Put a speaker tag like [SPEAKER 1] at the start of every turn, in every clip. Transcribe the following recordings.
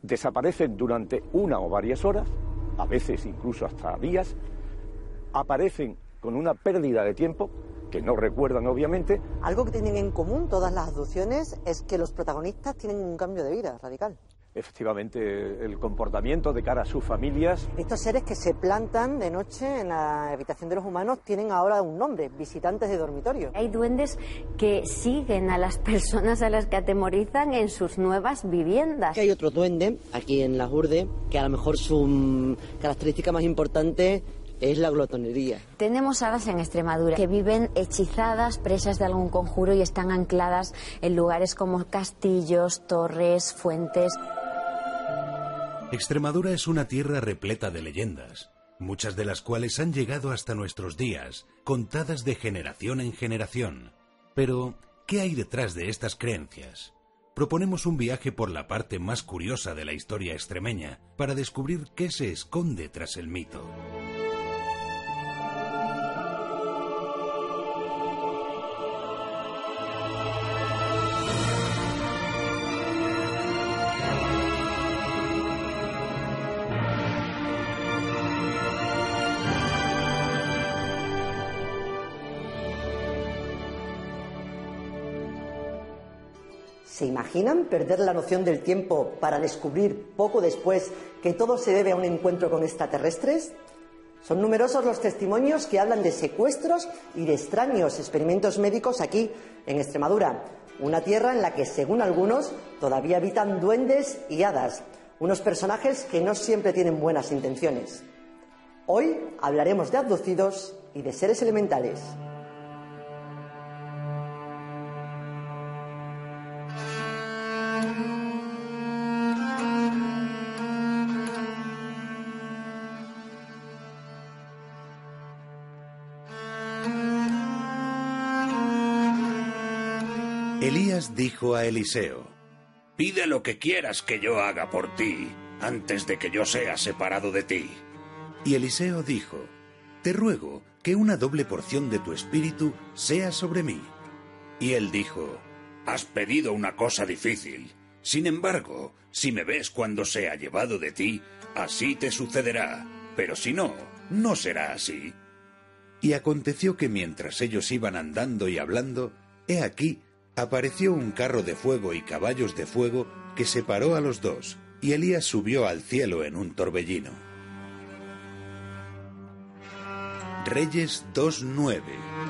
[SPEAKER 1] desaparecen durante una o varias horas, a veces incluso hasta días, aparecen con una pérdida de tiempo que no recuerdan obviamente.
[SPEAKER 2] Algo que tienen en común todas las abducciones es que los protagonistas tienen un cambio de vida radical.
[SPEAKER 1] Efectivamente, el comportamiento de cara a sus familias.
[SPEAKER 2] Estos seres que se plantan de noche en la habitación de los humanos tienen ahora un nombre: visitantes de dormitorio.
[SPEAKER 3] Hay duendes que siguen a las personas a las que atemorizan en sus nuevas viviendas.
[SPEAKER 2] Que hay otro duende aquí en Las Urdes que a lo mejor su característica más importante es la glotonería.
[SPEAKER 3] Tenemos hadas en Extremadura que viven hechizadas, presas de algún conjuro y están ancladas en lugares como castillos, torres, fuentes.
[SPEAKER 4] Extremadura es una tierra repleta de leyendas, muchas de las cuales han llegado hasta nuestros días, contadas de generación en generación. Pero, ¿qué hay detrás de estas creencias? Proponemos un viaje por la parte más curiosa de la historia extremeña para descubrir qué se esconde tras el mito.
[SPEAKER 2] ¿Se imaginan perder la noción del tiempo para descubrir poco después que todo se debe a un encuentro con extraterrestres? Son numerosos los testimonios que hablan de secuestros y de extraños experimentos médicos aquí, en Extremadura, una tierra en la que, según algunos, todavía habitan duendes y hadas, unos personajes que no siempre tienen buenas intenciones. Hoy hablaremos de abducidos y de seres elementales.
[SPEAKER 4] Elías dijo a Eliseo:
[SPEAKER 5] «Pide lo que quieras que yo haga por ti, antes de que yo sea separado de ti».
[SPEAKER 4] Y Eliseo dijo: «Te ruego que una doble porción de tu espíritu sea sobre mí».
[SPEAKER 5] Y él dijo: «Has pedido una cosa difícil. Sin embargo, si me ves cuando sea llevado de ti, así te sucederá. Pero si no, no será así».
[SPEAKER 4] Y aconteció que mientras ellos iban andando y hablando, he aquí, apareció un carro de fuego y caballos de fuego que separó a los dos, y Elías subió al cielo en un torbellino. Reyes 2:9.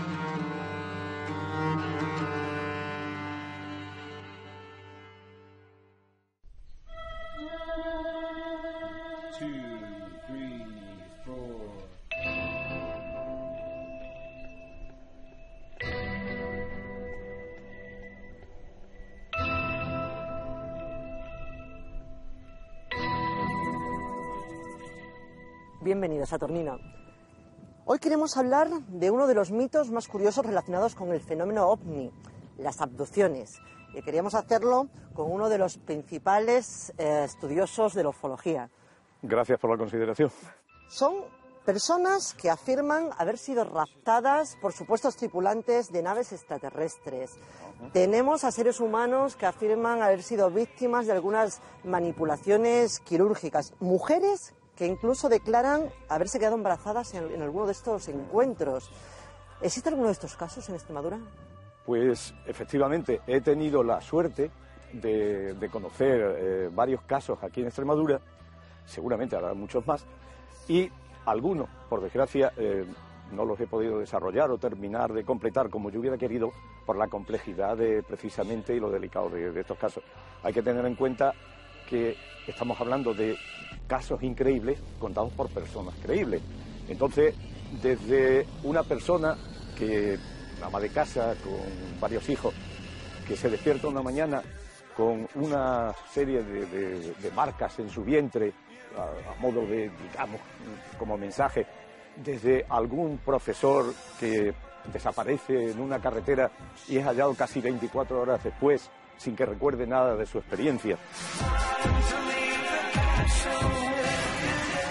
[SPEAKER 2] Bienvenidos a Saturnino. Hoy queremos hablar de uno de los mitos más curiosos relacionados con el fenómeno ovni, las abducciones. Y queríamos hacerlo con uno de los principales estudiosos de la ufología.
[SPEAKER 1] Gracias por la consideración.
[SPEAKER 2] Son personas que afirman haber sido raptadas por supuestos tripulantes de naves extraterrestres. Tenemos a seres humanos que afirman haber sido víctimas de algunas manipulaciones quirúrgicas. Mujeres que incluso declaran haberse quedado embarazadas en alguno de estos encuentros. ¿Existe alguno de estos casos en Extremadura?
[SPEAKER 1] Pues efectivamente he tenido la suerte de conocer varios casos aquí en Extremadura, seguramente habrá muchos más, y algunos, por desgracia, no los he podido desarrollar o terminar de completar como yo hubiera querido por la complejidad precisamente y lo delicado de estos casos. Hay que tener en cuenta que estamos hablando de casos increíbles contados por personas creíbles. Entonces, desde una persona que, ama de casa, con varios hijos, que se despierta una mañana con una serie de marcas en su vientre, a modo de, digamos, como mensaje, desde algún profesor que desaparece en una carretera y es hallado casi 24 horas después, sin que recuerde nada de su experiencia.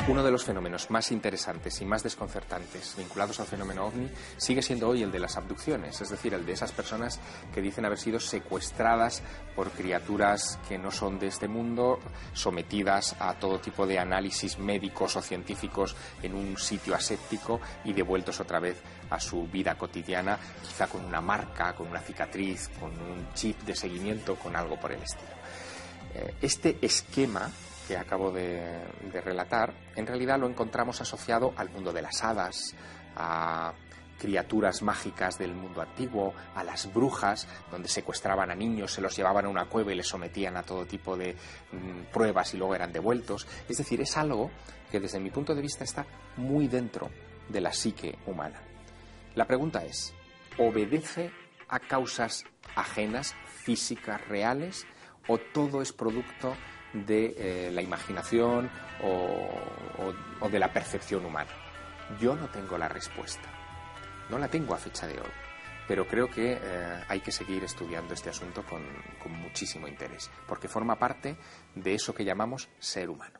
[SPEAKER 6] Uno de los fenómenos más interesantes y más desconcertantes vinculados al fenómeno OVNI sigue siendo hoy el de las abducciones, es decir, el de esas personas que dicen haber sido secuestradas por criaturas que no son de este mundo, sometidas a todo tipo de análisis médicos o científicos en un sitio aséptico y devueltos otra vez a su vida cotidiana, quizá con una marca, con una cicatriz, con un chip de seguimiento, con algo por el estilo. Este esquema que acabo de relatar, en realidad lo encontramos asociado al mundo de las hadas, a criaturas mágicas del mundo antiguo, a las brujas, donde secuestraban a niños, se los llevaban a una cueva y les sometían a todo tipo de pruebas y luego eran devueltos. Es decir, es algo que desde mi punto de vista está muy dentro de la psique humana. La pregunta es, ¿obedece a causas ajenas, físicas, reales, o todo es producto de la imaginación o de la percepción humana? Yo no tengo la respuesta, no la tengo a fecha de hoy, pero creo que hay que seguir estudiando este asunto con muchísimo interés, porque forma parte de eso que llamamos ser humano.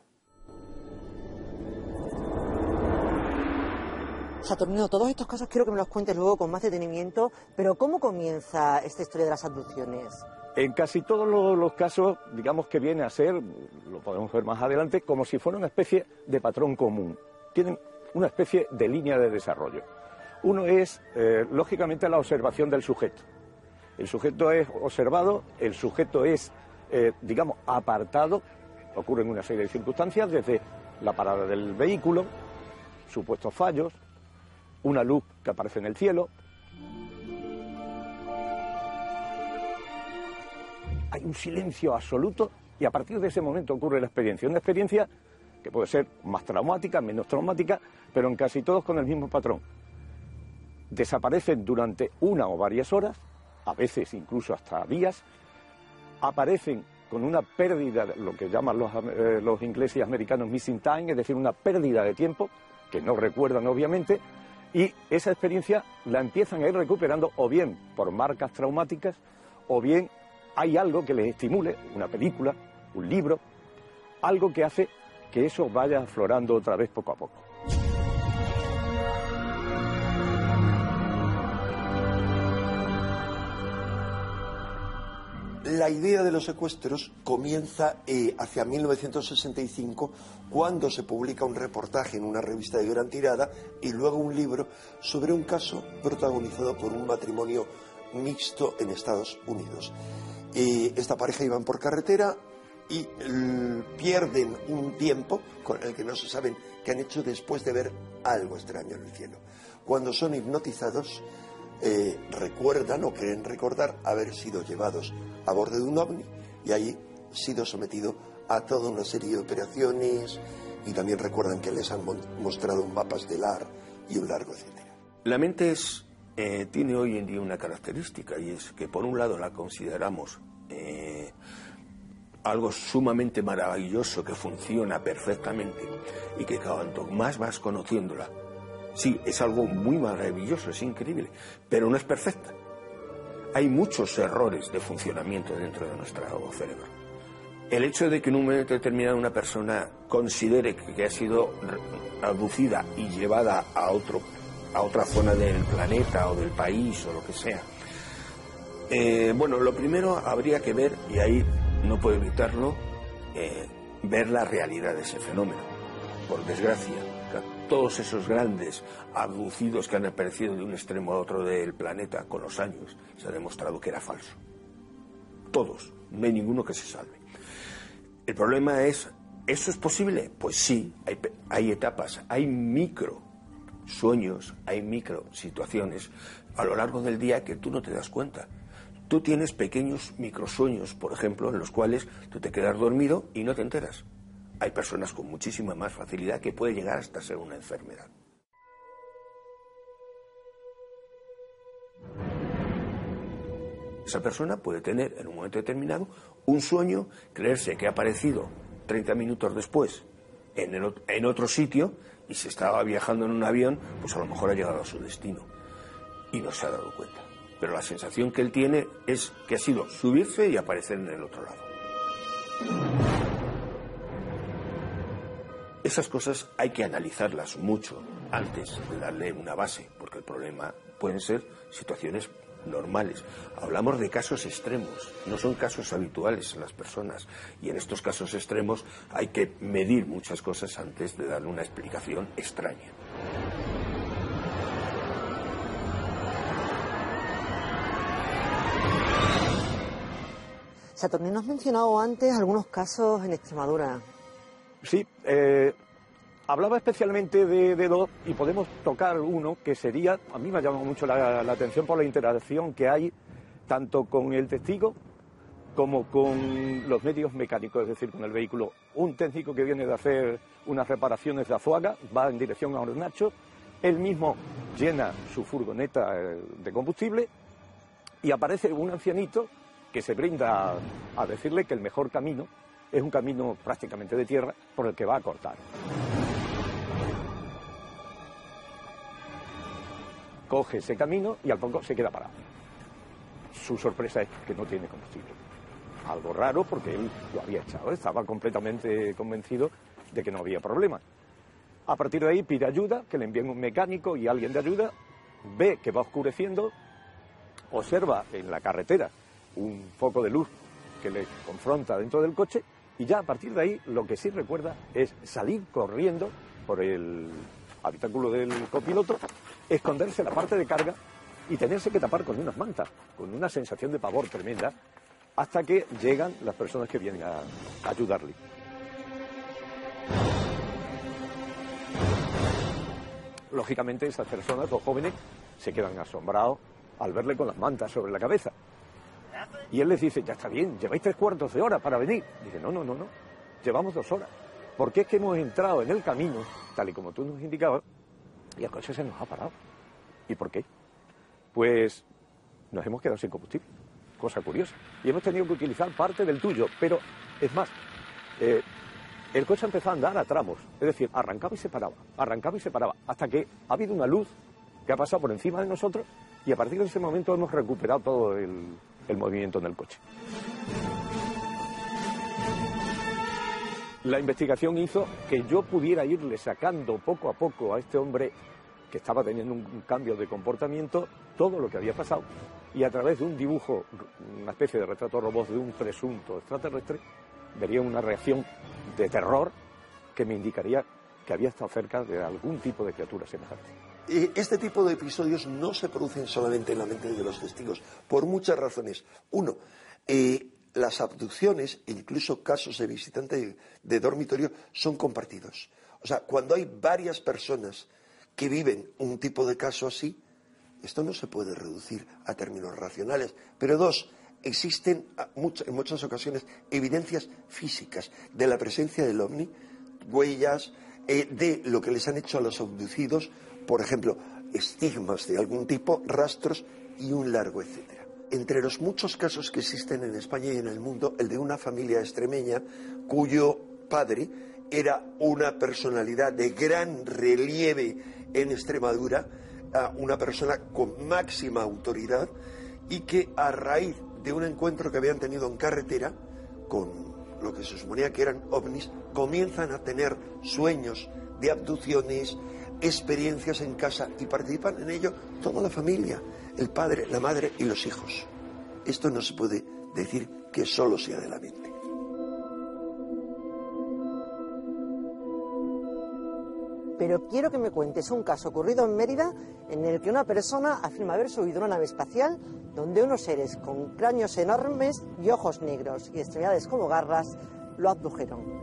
[SPEAKER 2] Saturnino, todos estos casos quiero que me los cuentes luego con más detenimiento, pero ¿cómo comienza esta historia de las abducciones?
[SPEAKER 1] En casi todos los casos, digamos que viene a ser, lo podemos ver más adelante, como si fuera una especie de patrón común. Tienen una especie de línea de desarrollo. Uno es, lógicamente, la observación del sujeto. El sujeto es observado, el sujeto es, digamos, apartado. Ocurren una serie de circunstancias, desde la parada del vehículo, supuestos fallos, una luz que aparece en el cielo. Hay un silencio absoluto y a partir de ese momento ocurre la experiencia. Una experiencia que puede ser más traumática, menos traumática, pero en casi todos con el mismo patrón. Desaparecen durante una o varias horas, a veces incluso hasta días, aparecen con una pérdida, lo que llaman los ingleses y americanos missing time, es decir, una pérdida de tiempo, que no recuerdan obviamente, y esa experiencia la empiezan a ir recuperando o bien por marcas traumáticas, o bien hay algo que les estimule, una película, un libro, algo que hace que eso vaya aflorando otra vez poco a poco.
[SPEAKER 7] La idea de los secuestros comienza hacia 1965, cuando se publica un reportaje en una revista de gran tirada y luego un libro sobre un caso protagonizado por un matrimonio mixto en Estados Unidos. Esta pareja iban por carretera y pierden un tiempo con el que no se saben qué han hecho después de ver algo extraño en el cielo. Cuando son hipnotizados, recuerdan o creen recordar haber sido llevados a bordo de un ovni y ahí sido sometido a toda una serie de operaciones, y también recuerdan que les han mostrado un mapa estelar y un largo etcétera.
[SPEAKER 8] La mente tiene hoy en día una característica, y es que por un lado la consideramos algo sumamente maravilloso, que funciona perfectamente y que cuanto más vas conociéndola, sí, es algo muy maravilloso, es increíble, pero no es perfecta. Hay muchos errores de funcionamiento dentro de nuestro cerebro. El hecho de que en un momento determinado una persona considere que ha sido abducida y llevada a otra zona del planeta o del país o lo que sea. Bueno, lo primero habría que ver, y ahí no puedo evitarlo, ver la realidad de ese fenómeno. Por desgracia, todos esos grandes abducidos que han aparecido de un extremo a otro del planeta con los años, se ha demostrado que era falso. Todos, no hay ninguno que se salve. El problema es, ¿eso es posible? Pues sí, hay etapas, hay micro sueños, hay micro situaciones a lo largo del día que tú no te das cuenta. Tú tienes pequeños microsueños, por ejemplo, en los cuales tú te quedas dormido y no te enteras. Hay personas con muchísima más facilidad que puede llegar hasta ser una enfermedad. Esa persona puede tener en un momento determinado un sueño, creerse que ha aparecido 30 minutos después en otro sitio, y si estaba viajando en un avión, pues a lo mejor ha llegado a su destino y no se ha dado cuenta. Pero la sensación que él tiene es que ha sido subirse y aparecer en el otro lado. Esas cosas hay que analizarlas mucho antes de darle una base, porque el problema pueden ser situaciones normales. Hablamos de casos extremos, no son casos habituales en las personas, y en estos casos extremos hay que medir muchas cosas antes de darle una explicación extraña.
[SPEAKER 2] Saturnino, has mencionado antes algunos casos en Extremadura.
[SPEAKER 1] Sí, hablaba especialmente de dos y podemos tocar uno que sería, a mí me ha llamado mucho la atención por la interacción que hay tanto con el testigo como con los medios mecánicos, es decir, con el vehículo. Un técnico que viene de hacer unas reparaciones de Azuaga va en dirección a Hornacho, él mismo llena su furgoneta de combustible y aparece un ancianito que se brinda a decirle que el mejor camino es un camino prácticamente de tierra por el que va a cortar. Coge ese camino y al poco se queda parado. Su sorpresa es que no tiene combustible. Algo raro porque él lo había echado, estaba completamente convencido de que no había problema. A partir de ahí pide ayuda, que le envíen un mecánico y alguien de ayuda, ve que va oscureciendo, observa en la carretera un foco de luz que le confronta dentro del coche y ya a partir de ahí lo que sí recuerda es salir corriendo por el habitáculo del copiloto, esconderse en la parte de carga y tenerse que tapar con unas mantas, con una sensación de pavor tremenda, hasta que llegan las personas que vienen a ayudarle. Lógicamente esas personas, los jóvenes, se quedan asombrados al verle con las mantas sobre la cabeza. Y él les dice, ya está bien, lleváis 3/4 de hora para venir. Dice, no, llevamos 2 horas. Porque es que hemos entrado en el camino, tal y como tú nos indicabas, y el coche se nos ha parado. ¿Y por qué? Pues nos hemos quedado sin combustible, cosa curiosa. Y hemos tenido que utilizar parte del tuyo, pero es más, el coche empezó a andar a tramos, es decir, arrancaba y se paraba, hasta que ha habido una luz que ha pasado por encima de nosotros y a partir de ese momento hemos recuperado todo el movimiento en el coche. La investigación hizo que yo pudiera irle sacando poco a poco a este hombre que estaba teniendo un cambio de comportamiento, todo lo que había pasado, y a través de un dibujo, una especie de retrato robot de un presunto extraterrestre, vería una reacción de terror que me indicaría que había estado cerca de algún tipo de criatura semejante.
[SPEAKER 7] Este tipo de episodios no se producen solamente en la mente de los testigos, por muchas razones. Uno, las abducciones, incluso casos de visitante de dormitorio, son compartidos. O sea, cuando hay varias personas que viven un tipo de caso así, esto no se puede reducir a términos racionales. Pero dos, existen en muchas ocasiones evidencias físicas de la presencia del ovni, huellas de lo que les han hecho a los abducidos, por ejemplo, estigmas de algún tipo, rastros y un largo etcétera. Entre los muchos casos que existen en España y en el mundo, el de una familia extremeña cuyo padre era una personalidad de gran relieve en Extremadura, una persona con máxima autoridad y que a raíz de un encuentro que habían tenido en carretera con lo que se suponía que eran ovnis, comienzan a tener sueños de abducciones, experiencias en casa y participan en ello toda la familia, el padre, la madre y los hijos. Esto no se puede decir que solo sea de la mente.
[SPEAKER 2] Pero quiero que me cuentes un caso ocurrido en Mérida en el que una persona afirma haber subido una nave espacial donde unos seres con cráneos enormes y ojos negros y extremidades como garras lo abdujeron.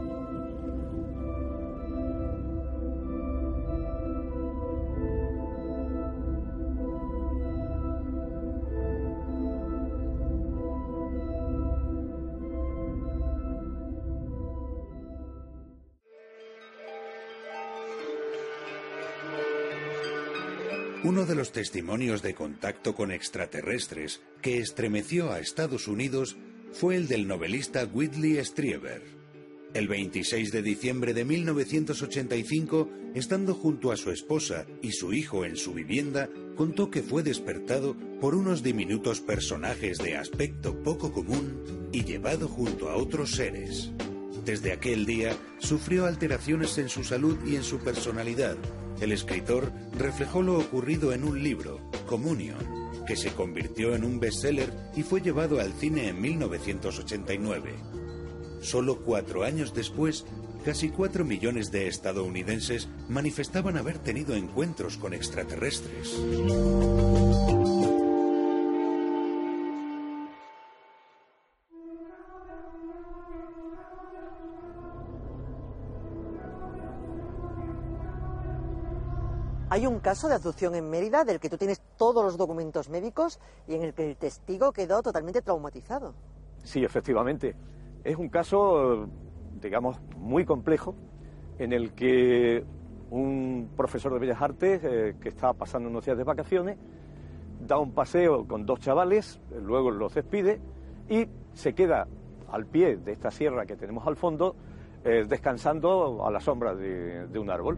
[SPEAKER 5] Uno de los testimonios de contacto con extraterrestres que estremeció a Estados Unidos fue el del novelista Whitley Strieber. El 26 de diciembre de 1985, estando junto a su esposa y su hijo en su vivienda, contó que fue despertado por unos diminutos personajes de aspecto poco común y llevado junto a otros seres. Desde aquel día, sufrió alteraciones en su salud y en su personalidad. El escritor reflejó lo ocurrido en un libro, Communion, que se convirtió en un bestseller y fue llevado al cine en 1989. Solo 4 años después, casi 4 millones de estadounidenses manifestaban haber tenido encuentros con extraterrestres.
[SPEAKER 2] Hay un caso de abducción en Mérida del que tú tienes todos los documentos médicos y en el que el testigo quedó totalmente traumatizado.
[SPEAKER 1] Sí, efectivamente. Es un caso, digamos, muy complejo, en el que un profesor de Bellas Artes que está pasando unos días de vacaciones da un paseo con 2 chavales, luego los despide y se queda al pie de esta sierra que tenemos al fondo, descansando a la sombra de un árbol.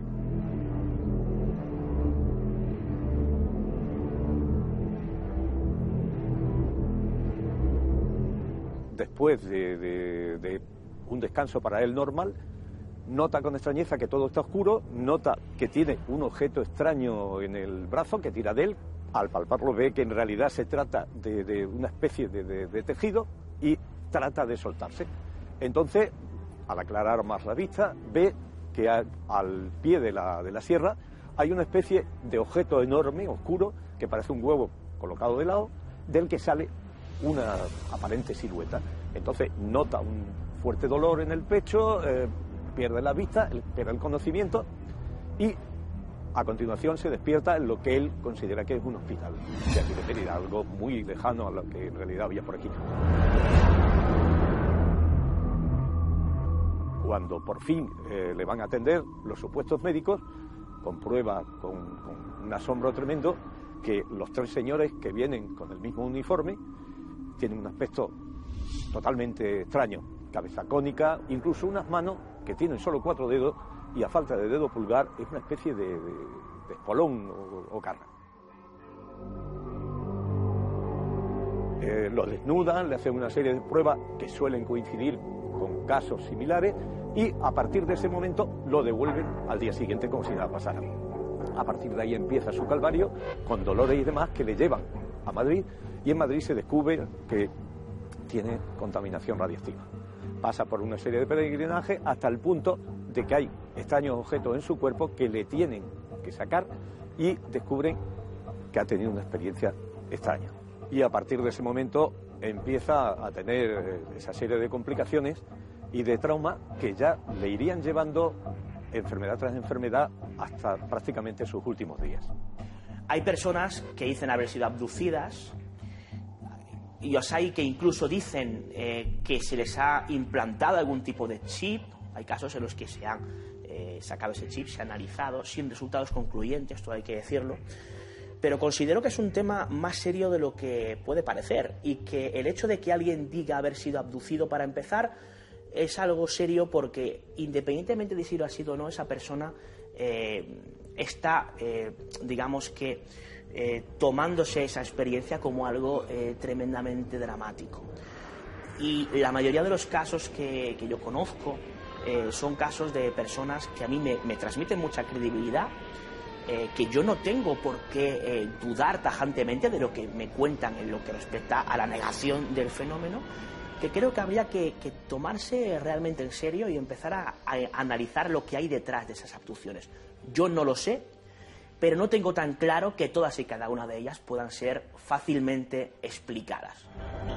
[SPEAKER 1] Después de un descanso para él normal, nota con extrañeza que todo está oscuro, nota que tiene un objeto extraño en el brazo que tira de él. Al palparlo ve que en realidad se trata de una especie de tejido y trata de soltarse. Entonces, al aclarar más la vista, ve que al pie de la sierra hay una especie de objeto enorme, oscuro, que parece un huevo colocado de lado, del que sale una aparente silueta. Entonces nota un fuerte dolor en el pecho, pierde la vista, pierde el conocimiento y a continuación se despierta en lo que él considera que es un hospital de aquí de Mérida, algo muy lejano a lo que en realidad había por aquí. Cuando por fin le van a atender los supuestos médicos, comprueba con un asombro tremendo que los 3 señores que vienen con el mismo uniforme tienen un aspecto totalmente extraño, cabeza cónica, incluso unas manos que tienen solo 4 dedos y a falta de dedo pulgar es una especie de espolón o garra. Lo desnudan, le hacen una serie de pruebas que suelen coincidir con casos similares y a partir de ese momento lo devuelven al día siguiente como si nada pasara. A partir de ahí empieza su calvario con dolores y demás que le llevan a Madrid y en Madrid se descubre que tiene contaminación radiactiva. Pasa por una serie de peregrinajes hasta el punto de que hay extraños objetos en su cuerpo que le tienen que sacar y descubren que ha tenido una experiencia extraña. Y a partir de ese momento empieza a tener esa serie de complicaciones y de trauma que ya le irían llevando enfermedad tras enfermedad hasta prácticamente sus últimos días.
[SPEAKER 9] Hay personas que dicen haber sido abducidas y los hay que incluso dicen que se les ha implantado algún tipo de chip. Hay casos en los que se han sacado ese chip, se ha analizado sin resultados concluyentes, todo hay que decirlo. Pero considero que es un tema más serio de lo que puede parecer y que el hecho de que alguien diga haber sido abducido, para empezar, es algo serio porque independientemente de si lo ha sido o no, esa persona está, digamos que, tomándose esa experiencia como algo tremendamente dramático. Y la mayoría de los casos que yo conozco son casos de personas que a mí me transmiten mucha credibilidad, que yo no tengo por qué dudar tajantemente de lo que me cuentan en lo que respecta a la negación del fenómeno, que creo que habría que tomarse realmente en serio y empezar a analizar lo que hay detrás de esas abducciones. Yo no lo sé, pero no tengo tan claro que todas y cada una de ellas puedan ser fácilmente explicadas.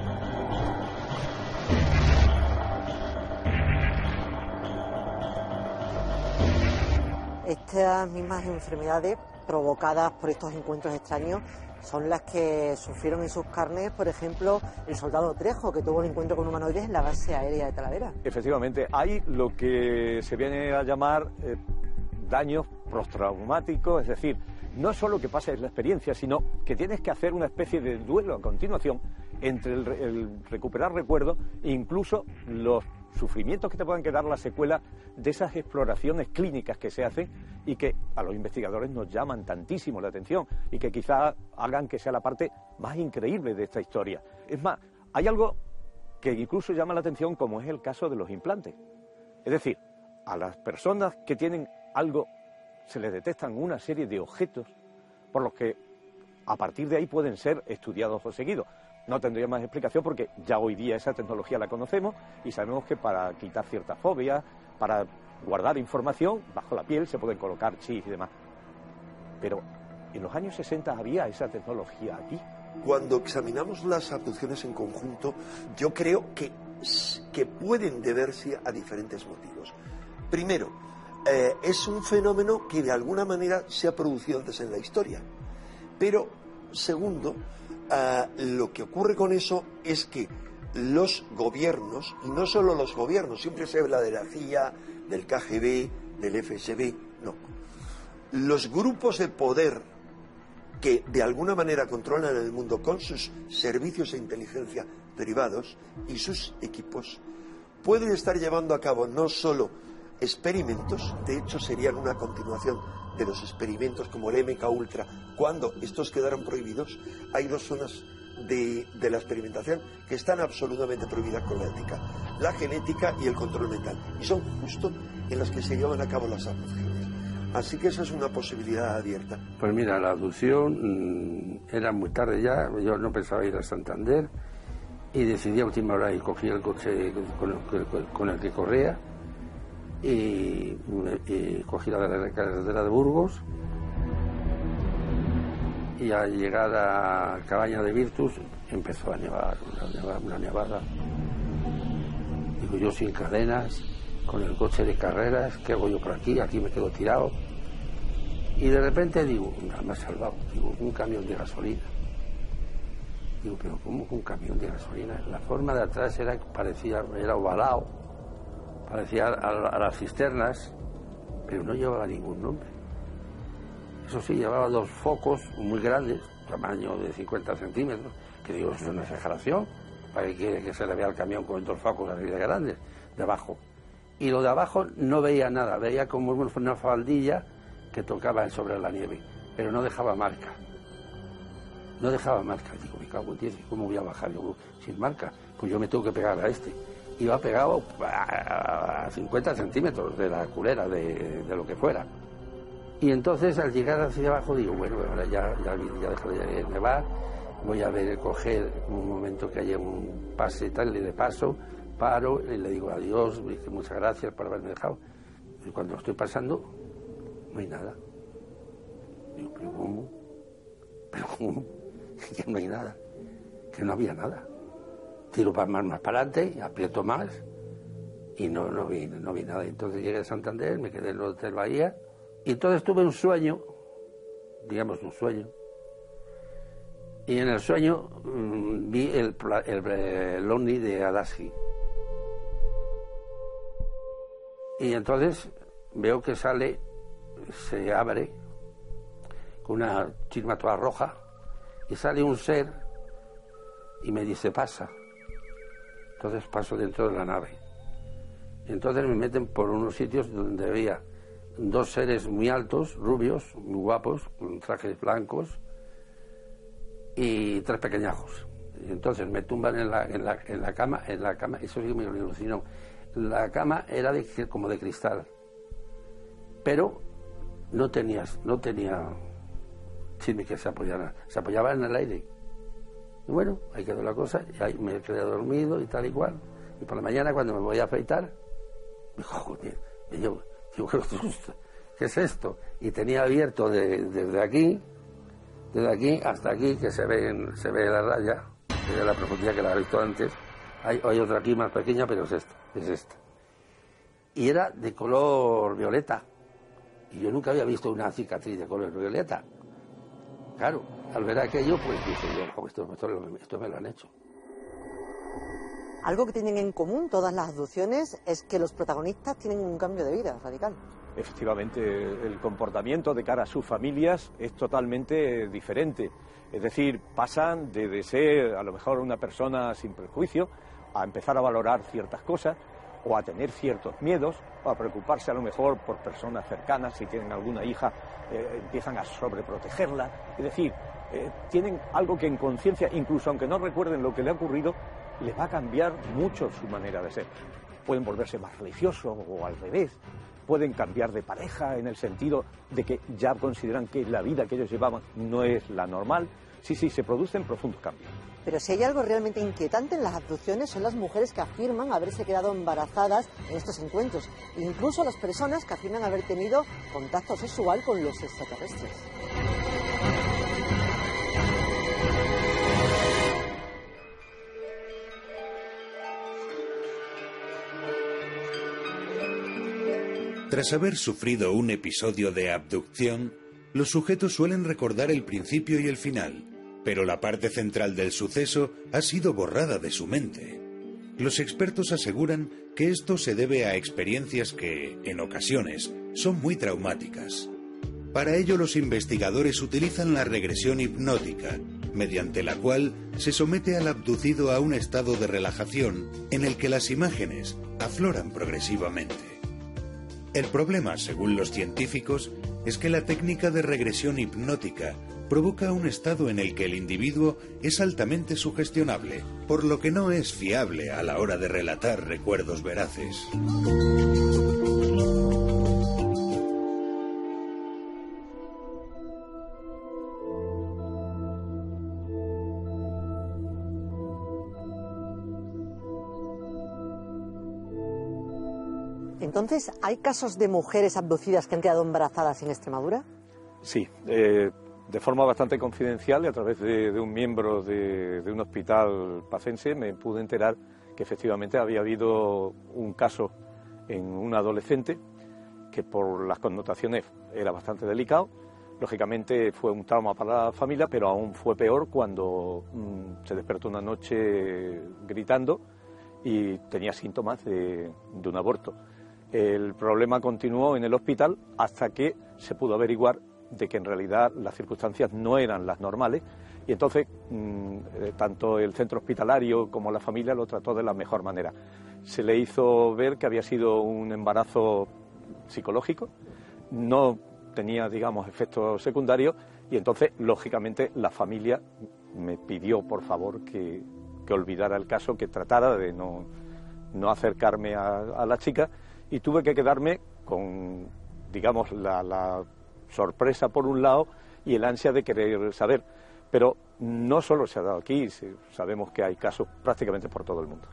[SPEAKER 2] Estas mismas enfermedades provocadas por estos encuentros extraños son las que sufrieron en sus carnes, por ejemplo, el soldado Trejo, que tuvo un encuentro con humanoides en la base aérea de Talavera.
[SPEAKER 1] Efectivamente, hay lo que se viene a llamar daños postraumáticos, es decir, no solo que pases la experiencia, sino que tienes que hacer una especie de duelo a continuación entre el recuperar recuerdos e incluso los sufrimientos que te puedan quedar, la secuela de esas exploraciones clínicas que se hacen y que a los investigadores nos llaman tantísimo la atención y que quizá hagan que sea la parte más increíble de esta historia. Es más, hay algo que incluso llama la atención, como es el caso de los implantes. Es decir, a las personas que tienen algo se les detectan una serie de objetos por los que a partir de ahí pueden ser estudiados o seguidos. No tendría más explicación porque ya hoy día esa tecnología la conocemos y sabemos que para quitar ciertas fobias, para guardar información, bajo la piel se pueden colocar chips y demás. Pero en los años 60 había esa tecnología aquí.
[SPEAKER 7] Cuando examinamos las abducciones en conjunto, yo creo que pueden deberse a diferentes motivos. Primero, es un fenómeno que de alguna manera se ha producido antes en la historia. Pero, segundo, lo que ocurre con eso es que los gobiernos, y no solo los gobiernos, siempre se habla de la CIA, del KGB, del FSB, no. Los grupos de poder que de alguna manera controlan el mundo con sus servicios de inteligencia privados y sus equipos, pueden estar llevando a cabo no solo experimentos, de hecho serían una continuación de los experimentos como el MK Ultra, cuando estos quedaron prohibidos. Hay dos zonas de la experimentación que están absolutamente prohibidas con la ética: la genética y el control mental, y son justo en las que se llevan a cabo las abducciones. Así que esa es una posibilidad abierta.
[SPEAKER 10] Pues mira, la abducción era muy tarde ya, yo no pensaba ir a Santander y decidí a última hora y cogí el coche con el que corría y cogí la carretera de Burgos, y al llegar a Cabaña de Virtus empezó a nevar, una nevada. Digo, yo sin cadenas, con el coche de carreras, ¿qué hago yo por aquí? Aquí me quedo tirado. Y de repente digo, me ha salvado, digo, un camión de gasolina. Digo, pero ¿cómo que un camión de gasolina? La forma de atrás era ovalado, parecía a las cisternas, pero no llevaba ningún nombre. Eso sí, llevaba dos focos muy grandes, tamaño de 50 centímetros, que digo, eso es una exageración. ¿Para qué quiere que se le vea el camión con dos focos así de grandes, de abajo? Y lo de abajo no veía nada, veía como una faldilla que tocaba sobre la nieve, pero no dejaba marca. No dejaba marca. Digo, me cago en 10, ¿cómo voy a bajar yo sin marca? Pues yo me tengo que pegar a este. Iba pegado a 50 centímetros de la culera, de lo que fuera. Y entonces al llegar hacia abajo digo, bueno, ahora ya dejo de nevar, voy a coger un momento que haya un pase y tal, y de paso paro y le digo adiós, muchas gracias por haberme dejado. Y cuando estoy pasando, no hay nada. Digo, ¿pero cómo? ¿Pero cómo? Que no hay nada, que no había nada. Tiro más para adelante, aprieto más y no vi nada. Entonces llegué a Santander, me quedé en el Hotel Bahía y entonces tuve un sueño, digamos un sueño, y en el sueño vi el ovni de Adasi. Y entonces veo que se abre con una chisma toda roja y sale un ser y me dice, pasa. Entonces paso dentro de la nave. Entonces me meten por unos sitios donde había dos seres muy altos, rubios, muy guapos, con trajes blancos, y tres pequeñajos. Y entonces me tumban en la cama, eso sí me alucinó. La cama era como de cristal, pero no tenía chisme que se apoyaba en el aire. Y bueno, ahí quedó la cosa, y ahí me quedé dormido y tal y cual. Y por la mañana cuando me voy a afeitar, me dijo, joder, y yo ¿qué es esto? Y tenía abierto desde aquí hasta aquí, que se ve la raya, se ve la profundidad que la he visto antes. Hay otra aquí más pequeña, pero es esta. Y era de color violeta. Y yo nunca había visto una cicatriz de color violeta. Claro, al ver aquello, pues dije yo, esto me lo han hecho.
[SPEAKER 2] Algo que tienen en común todas las abducciones es que los protagonistas tienen un cambio de vida radical.
[SPEAKER 1] Efectivamente, el comportamiento de cara a sus familias es totalmente diferente. Es decir, pasan de ser a lo mejor una persona sin prejuicio a empezar a valorar ciertas cosas, o a tener ciertos miedos, o a preocuparse a lo mejor por personas cercanas. Si tienen alguna hija, empiezan a sobreprotegerla. Es decir, tienen algo que en conciencia, incluso aunque no recuerden lo que le ha ocurrido, les va a cambiar mucho su manera de ser. pueden volverse más religiosos o al revés, pueden cambiar de pareja en el sentido de que ya consideran que la vida que ellos llevaban no es la normal. Sí, se producen profundos cambios.
[SPEAKER 2] Pero si hay algo realmente inquietante en las abducciones son las mujeres que afirman haberse quedado embarazadas en estos encuentros, incluso las personas que afirman haber tenido contacto sexual con los extraterrestres.
[SPEAKER 5] Tras haber sufrido un episodio de abducción, los sujetos suelen recordar el principio y el final, pero la parte central del suceso ha sido borrada de su mente. Los expertos aseguran que esto se debe a experiencias que, en ocasiones, son muy traumáticas. Para ello, los investigadores utilizan la regresión hipnótica, mediante la cual se somete al abducido a un estado de relajación en el que las imágenes afloran progresivamente. El problema, según los científicos, es que la técnica de regresión hipnótica provoca un estado en el que el individuo es altamente sugestionable, por lo que no es fiable a la hora de relatar recuerdos veraces.
[SPEAKER 2] Entonces, ¿hay casos de mujeres abducidas que han quedado embarazadas en Extremadura?
[SPEAKER 1] Sí, de forma bastante confidencial y a través de un miembro de un hospital pacense me pude enterar que efectivamente había habido un caso en un adolescente que por las connotaciones era bastante delicado. Lógicamente fue un trauma para la familia, pero aún fue peor cuando se despertó una noche gritando y tenía síntomas de un aborto. El problema continuó en el hospital hasta que se pudo averiguar de que en realidad las circunstancias no eran las normales y entonces tanto el centro hospitalario como la familia lo trató de la mejor manera. Se le hizo ver que había sido un embarazo psicológico, no tenía, digamos, efectos secundarios y entonces, lógicamente, la familia me pidió, por favor, que olvidara el caso, que tratara de no acercarme a la chica y tuve que quedarme con, digamos, la sorpresa por un lado y el ansia de querer saber. Pero no solo se ha dado aquí, sabemos que hay casos prácticamente por todo el mundo.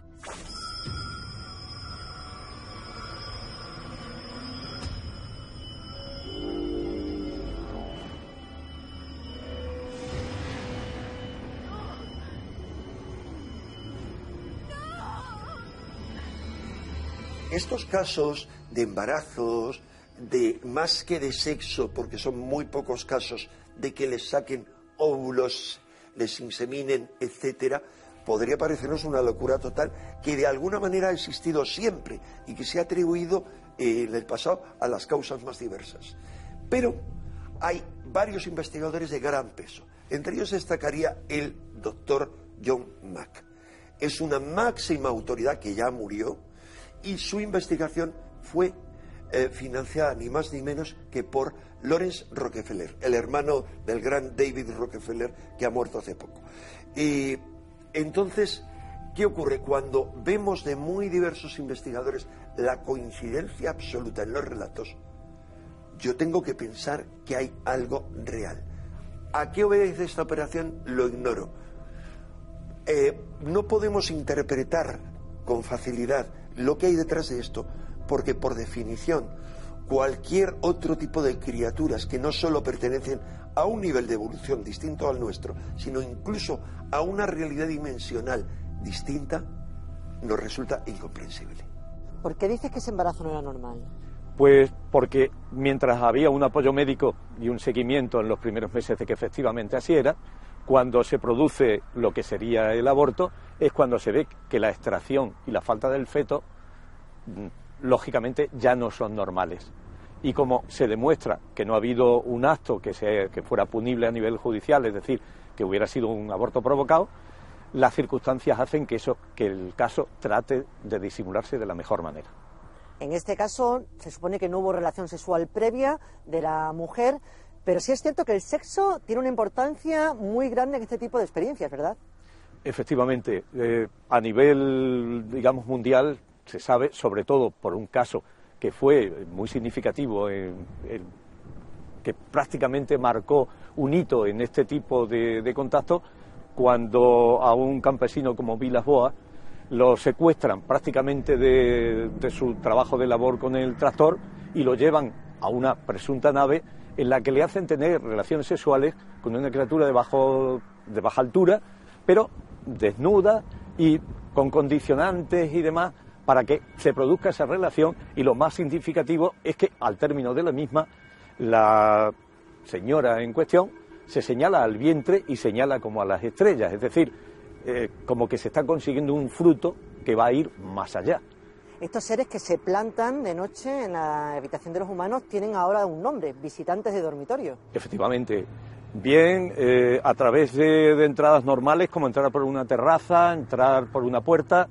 [SPEAKER 7] Estos casos de embarazos, de más que de sexo, porque son muy pocos casos, de que les saquen óvulos, les inseminen, etcétera, podría parecernos una locura total que de alguna manera ha existido siempre y que se ha atribuido en el pasado a las causas más diversas. Pero hay varios investigadores de gran peso. Entre ellos destacaría el doctor John Mack. Es una máxima autoridad que ya murió y su investigación fue financiada ni más ni menos que por Lawrence Rockefeller, el hermano del gran David Rockefeller que ha muerto hace poco. Entonces, ¿qué ocurre? Cuando vemos de muy diversos investigadores la coincidencia absoluta en los relatos, yo tengo que pensar que hay algo real. ¿A qué obedece esta operación? Lo ignoro. No podemos interpretar con facilidad lo que hay detrás de esto, porque por definición cualquier otro tipo de criaturas que no solo pertenecen a un nivel de evolución distinto al nuestro, sino incluso a una realidad dimensional distinta, nos resulta incomprensible.
[SPEAKER 2] ¿Por qué dices que ese embarazo no era normal?
[SPEAKER 1] Pues porque mientras había un apoyo médico y un seguimiento en los primeros meses de que efectivamente así era, cuando se produce lo que sería el aborto, es cuando se ve que la extracción y la falta del feto, lógicamente, ya no son normales. Y como se demuestra que no ha habido un acto que fuera punible a nivel judicial, es decir, que hubiera sido un aborto provocado, las circunstancias hacen que el caso trate de disimularse de la mejor manera.
[SPEAKER 2] En este caso, se supone que no hubo relación sexual previa de la mujer, pero sí es cierto que el sexo tiene una importancia muy grande en este tipo de experiencias, ¿verdad?
[SPEAKER 1] Efectivamente, a nivel, digamos, mundial, se sabe, sobre todo por un caso que fue muy significativo, que prácticamente marcó un hito en este tipo de contactos, cuando a un campesino como Vilas Boas lo secuestran prácticamente de su trabajo de labor con el tractor y lo llevan a una presunta nave en la que le hacen tener relaciones sexuales con una criatura de baja altura, pero desnuda y con condicionantes y demás, para que se produzca esa relación. Y lo más significativo es que al término de la misma, la señora en cuestión se señala al vientre y señala como a las estrellas, es decir, como que se está consiguiendo un fruto que va a ir más allá.
[SPEAKER 2] Estos seres que se plantan de noche en la habitación de los humanos tienen ahora un nombre: visitantes de dormitorio.
[SPEAKER 1] Efectivamente, bien a través de entradas normales, como entrar por una terraza, entrar por una puerta,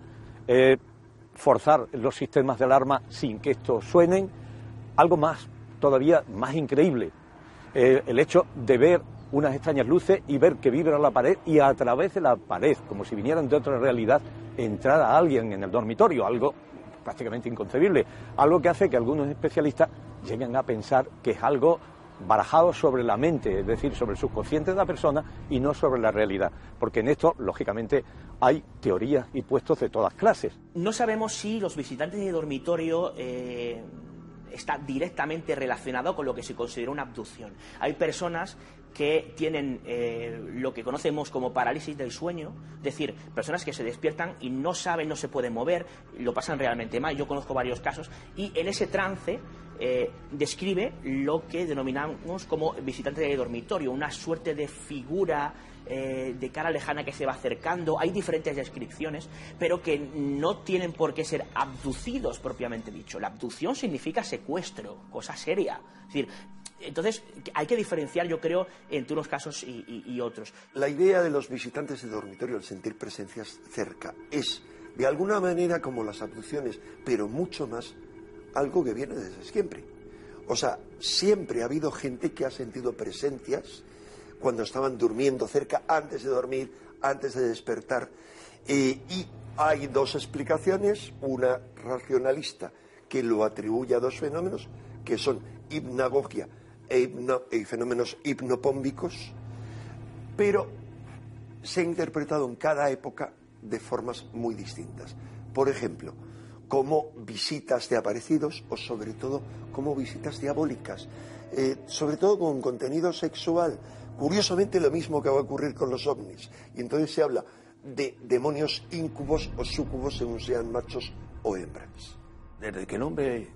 [SPEAKER 1] forzar los sistemas de alarma sin que estos suenen. Algo más, todavía más increíble, el hecho de ver unas extrañas luces y ver que vibra la pared, y a través de la pared, como si vinieran de otra realidad, entrar a alguien en el dormitorio, algo prácticamente inconcebible, algo que hace que algunos especialistas lleguen a pensar que es algo barajado sobre la mente, es decir, sobre el subconsciente de la persona y no sobre la realidad, porque en esto, lógicamente, hay teorías y puestos de todas clases.
[SPEAKER 9] No sabemos si los visitantes de dormitorio está directamente relacionado con lo que se considera una abducción. Hay personas que tienen lo que conocemos como parálisis del sueño, es decir, personas que se despiertan y no saben, no se pueden mover, lo pasan realmente mal. Yo conozco varios casos, y en ese trance describe lo que denominamos como visitante de dormitorio, una suerte de figura de cara lejana que se va acercando. Hay diferentes descripciones, pero que no tienen por qué ser abducidos propiamente dicho. La abducción significa secuestro, cosa seria. Es decir, entonces hay que diferenciar, yo creo, entre unos casos y otros. La idea de los visitantes de dormitorio, el sentir presencias cerca, es de alguna manera como las abducciones, pero mucho más algo que viene desde siempre. O sea, siempre ha habido gente que ha sentido presencias cuando estaban durmiendo cerca, antes de dormir, antes de despertar. Y hay dos explicaciones, una racionalista que lo atribuye a dos fenómenos, que son hipnagogia y fenómenos hipnopómbicos, pero se ha interpretado en cada época de formas muy distintas. Por ejemplo, como visitas de aparecidos, o sobre todo como visitas diabólicas, sobre todo con contenido sexual. Curiosamente, lo mismo que va a ocurrir con los ovnis. Y entonces se habla de demonios íncubos o súcubos, según sean machos o hembras.
[SPEAKER 8] Desde que el hombre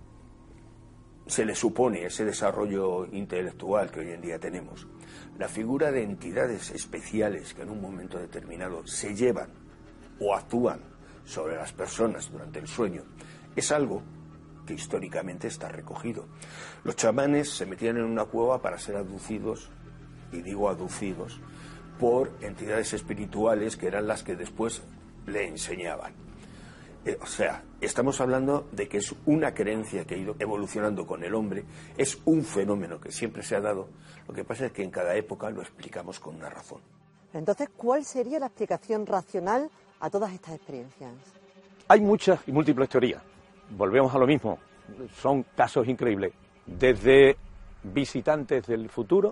[SPEAKER 8] se le supone ese desarrollo intelectual que hoy en día tenemos, la figura de entidades especiales que en un momento determinado se llevan o actúan sobre las personas durante el sueño, es algo que históricamente está recogido. Los chamanes se metían en una cueva para ser abducidos, y digo abducidos, por entidades espirituales que eran las que después le enseñaban. O sea, estamos hablando de que es una creencia que ha ido evolucionando con el hombre, es un fenómeno que siempre se ha dado. Lo que pasa es que en cada época lo explicamos con una razón.
[SPEAKER 2] Entonces, ¿cuál sería la explicación racional a todas estas experiencias?
[SPEAKER 1] Hay muchas y múltiples teorías. Volvemos a lo mismo. Son casos increíbles. Desde visitantes del futuro,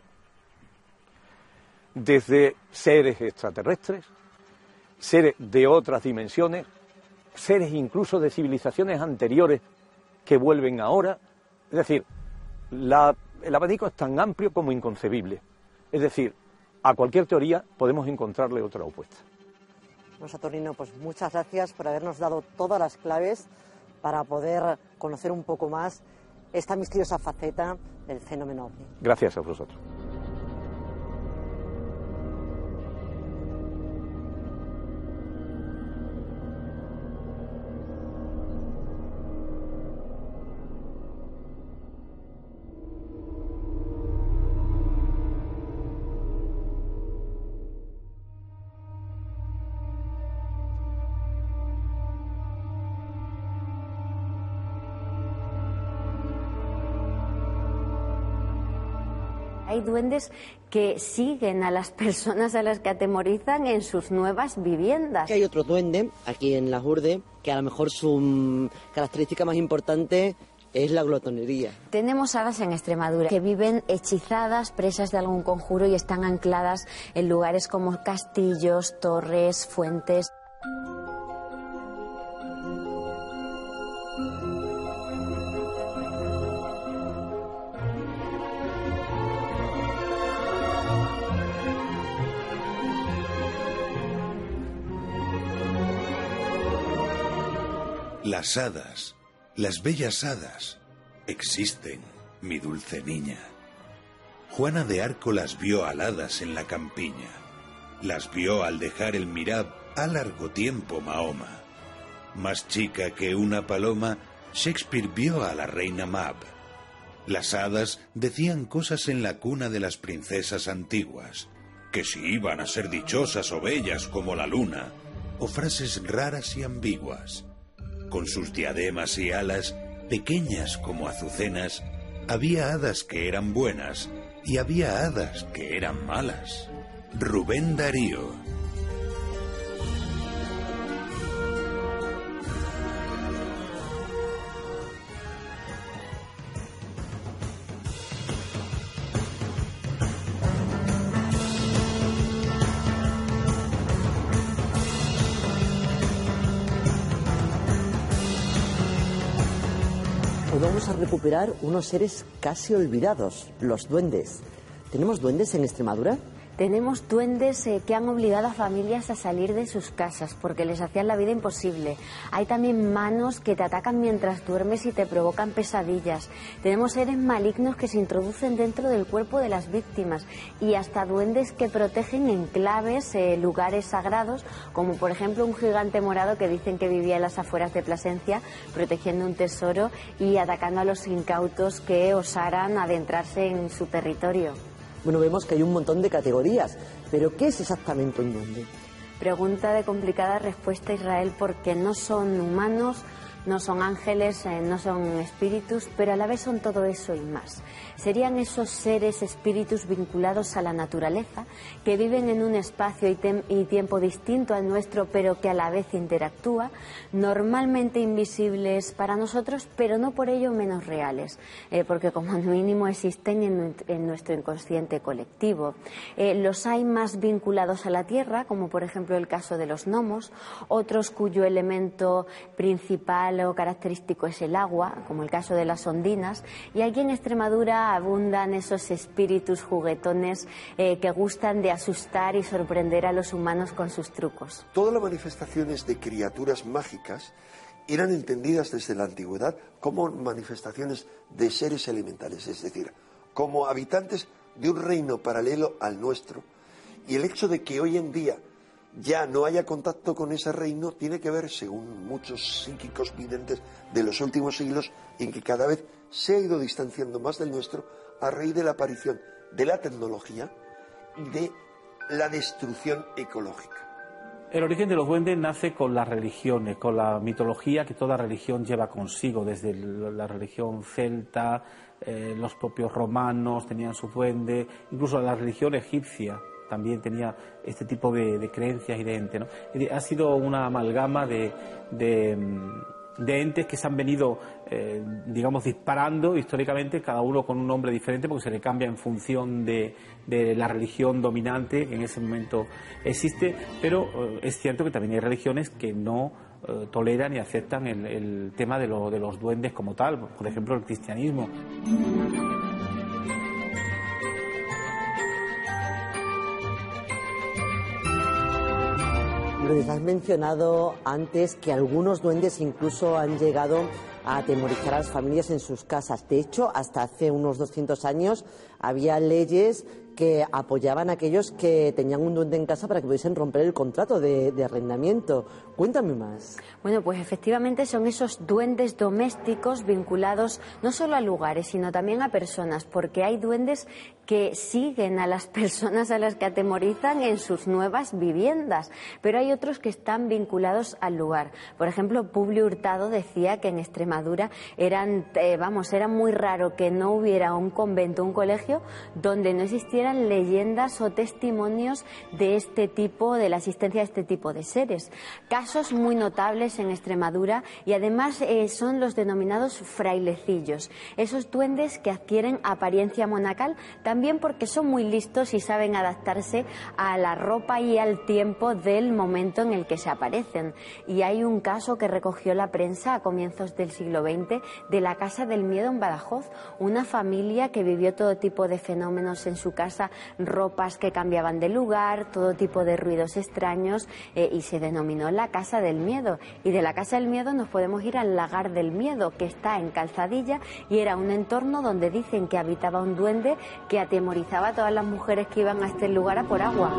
[SPEAKER 1] desde seres extraterrestres, seres de otras dimensiones, seres incluso de civilizaciones anteriores que vuelven ahora. Es decir, el abanico es tan amplio como inconcebible. Es decir, a cualquier teoría podemos encontrarle otra opuesta.
[SPEAKER 2] Saturnino, pues muchas gracias por habernos dado todas las claves para poder conocer un poco más esta misteriosa faceta del fenómeno ovni.
[SPEAKER 1] Gracias a vosotros.
[SPEAKER 3] Hay duendes que siguen a las personas a las que atemorizan en sus nuevas viviendas.
[SPEAKER 2] Hay otro duende aquí en Las Hurdes que a lo mejor su característica más importante es la glotonería.
[SPEAKER 3] Tenemos hadas en Extremadura que viven hechizadas, presas de algún conjuro y están ancladas en lugares como castillos, torres, fuentes.
[SPEAKER 5] Las hadas, las bellas hadas, existen, mi dulce niña. Juana de Arco las vio aladas en la campiña. Las vio al dejar el Mirab a largo tiempo Mahoma. Más chica que una paloma, Shakespeare vio a la reina Mab. Las hadas decían cosas en la cuna de las princesas antiguas, que si iban a ser dichosas o bellas como la luna, o frases raras y ambiguas. Con sus diademas y alas, pequeñas como azucenas, había hadas que eran buenas y había hadas que eran malas. Rubén Darío.
[SPEAKER 2] Hoy vamos a recuperar unos seres casi olvidados, los duendes. ¿Tenemos duendes en Extremadura?
[SPEAKER 3] Tenemos duendes que han obligado a familias a salir de sus casas porque les hacían la vida imposible. Hay también manos que te atacan mientras duermes y te provocan pesadillas. Tenemos seres malignos que se introducen dentro del cuerpo de las víctimas y hasta duendes que protegen enclaves, lugares sagrados, como por ejemplo un gigante morado que dicen que vivía en las afueras de Plasencia protegiendo un tesoro y atacando a los incautos que osaran adentrarse en su territorio.
[SPEAKER 2] Bueno, vemos que hay un montón de categorías, pero ¿qué es exactamente un duende?
[SPEAKER 3] Pregunta de complicada respuesta, Israel, porque no son humanos, no son ángeles, no son espíritus, pero a la vez son todo eso y más. Serían esos seres, espíritus vinculados a la naturaleza, que viven en un espacio y tiempo distinto al nuestro, pero que a la vez interactúa, normalmente invisibles para nosotros, pero no por ello menos reales, porque como mínimo existen en nuestro inconsciente colectivo. Los hay más vinculados a la tierra, como por ejemplo el caso de los gnomos, otros cuyo elemento principal o característico es el agua, como el caso de las ondinas, y aquí en Extremadura abundan esos espíritus juguetones que gustan de asustar y sorprender a los humanos con sus trucos.
[SPEAKER 7] Todas las manifestaciones de criaturas mágicas eran entendidas desde la antigüedad como manifestaciones de seres elementales, es decir, como habitantes de un reino paralelo al nuestro. Y el hecho de que hoy en día ya no haya contacto con ese reino tiene que ver, según muchos psíquicos videntes de los últimos siglos, en que cada vez se ha ido distanciando más del nuestro a raíz de la aparición de la tecnología y de la destrucción ecológica.
[SPEAKER 10] El origen de los duendes nace con las religiones, con la mitología que toda religión lleva consigo, desde la religión celta, los propios romanos tenían sus duendes, incluso la religión egipcia también tenía este tipo de creencias y de entes, ¿no? Ha sido una amalgama de entes que se han venido, digamos, disparando históricamente, cada uno con un nombre diferente, porque se le cambia en función de la religión dominante que en ese momento existe, pero es cierto que también hay religiones que no toleran y aceptan el tema de los duendes como tal, por ejemplo el cristianismo.
[SPEAKER 2] Has mencionado antes que algunos duendes incluso han llegado a atemorizar a las familias en sus casas. De hecho, hasta hace unos 200 años había leyes que apoyaban a aquellos que tenían un duende en casa para que pudiesen romper el contrato de arrendamiento. Cuéntame más.
[SPEAKER 3] Bueno, pues efectivamente son esos duendes domésticos vinculados no solo a lugares, sino también a personas, porque hay duendes que siguen a las personas a las que atemorizan en sus nuevas viviendas, pero hay otros que están vinculados al lugar. Por ejemplo, Publio Hurtado decía que en Extremadura Extremadura, era muy raro que no hubiera un convento, un colegio, donde no existieran leyendas o testimonios de este tipo, de la existencia de este tipo de seres. Casos muy notables en Extremadura, y además son los denominados frailecillos, esos duendes que adquieren apariencia monacal, también porque son muy listos y saben adaptarse a la ropa y al tiempo del momento en el que se aparecen. Y hay un caso que recogió la prensa a comienzos del siglo XX de la Casa del Miedo en Badajoz, una familia que vivió todo tipo de fenómenos en su casa, ropas que cambiaban de lugar, todo tipo de ruidos extraños, y se denominó la Casa del Miedo. Y de la Casa del Miedo nos podemos ir al Lagar del Miedo, que está en Calzadilla, y era un entorno donde dicen que habitaba un duende que atemorizaba a todas las mujeres que iban a este lugar a por agua.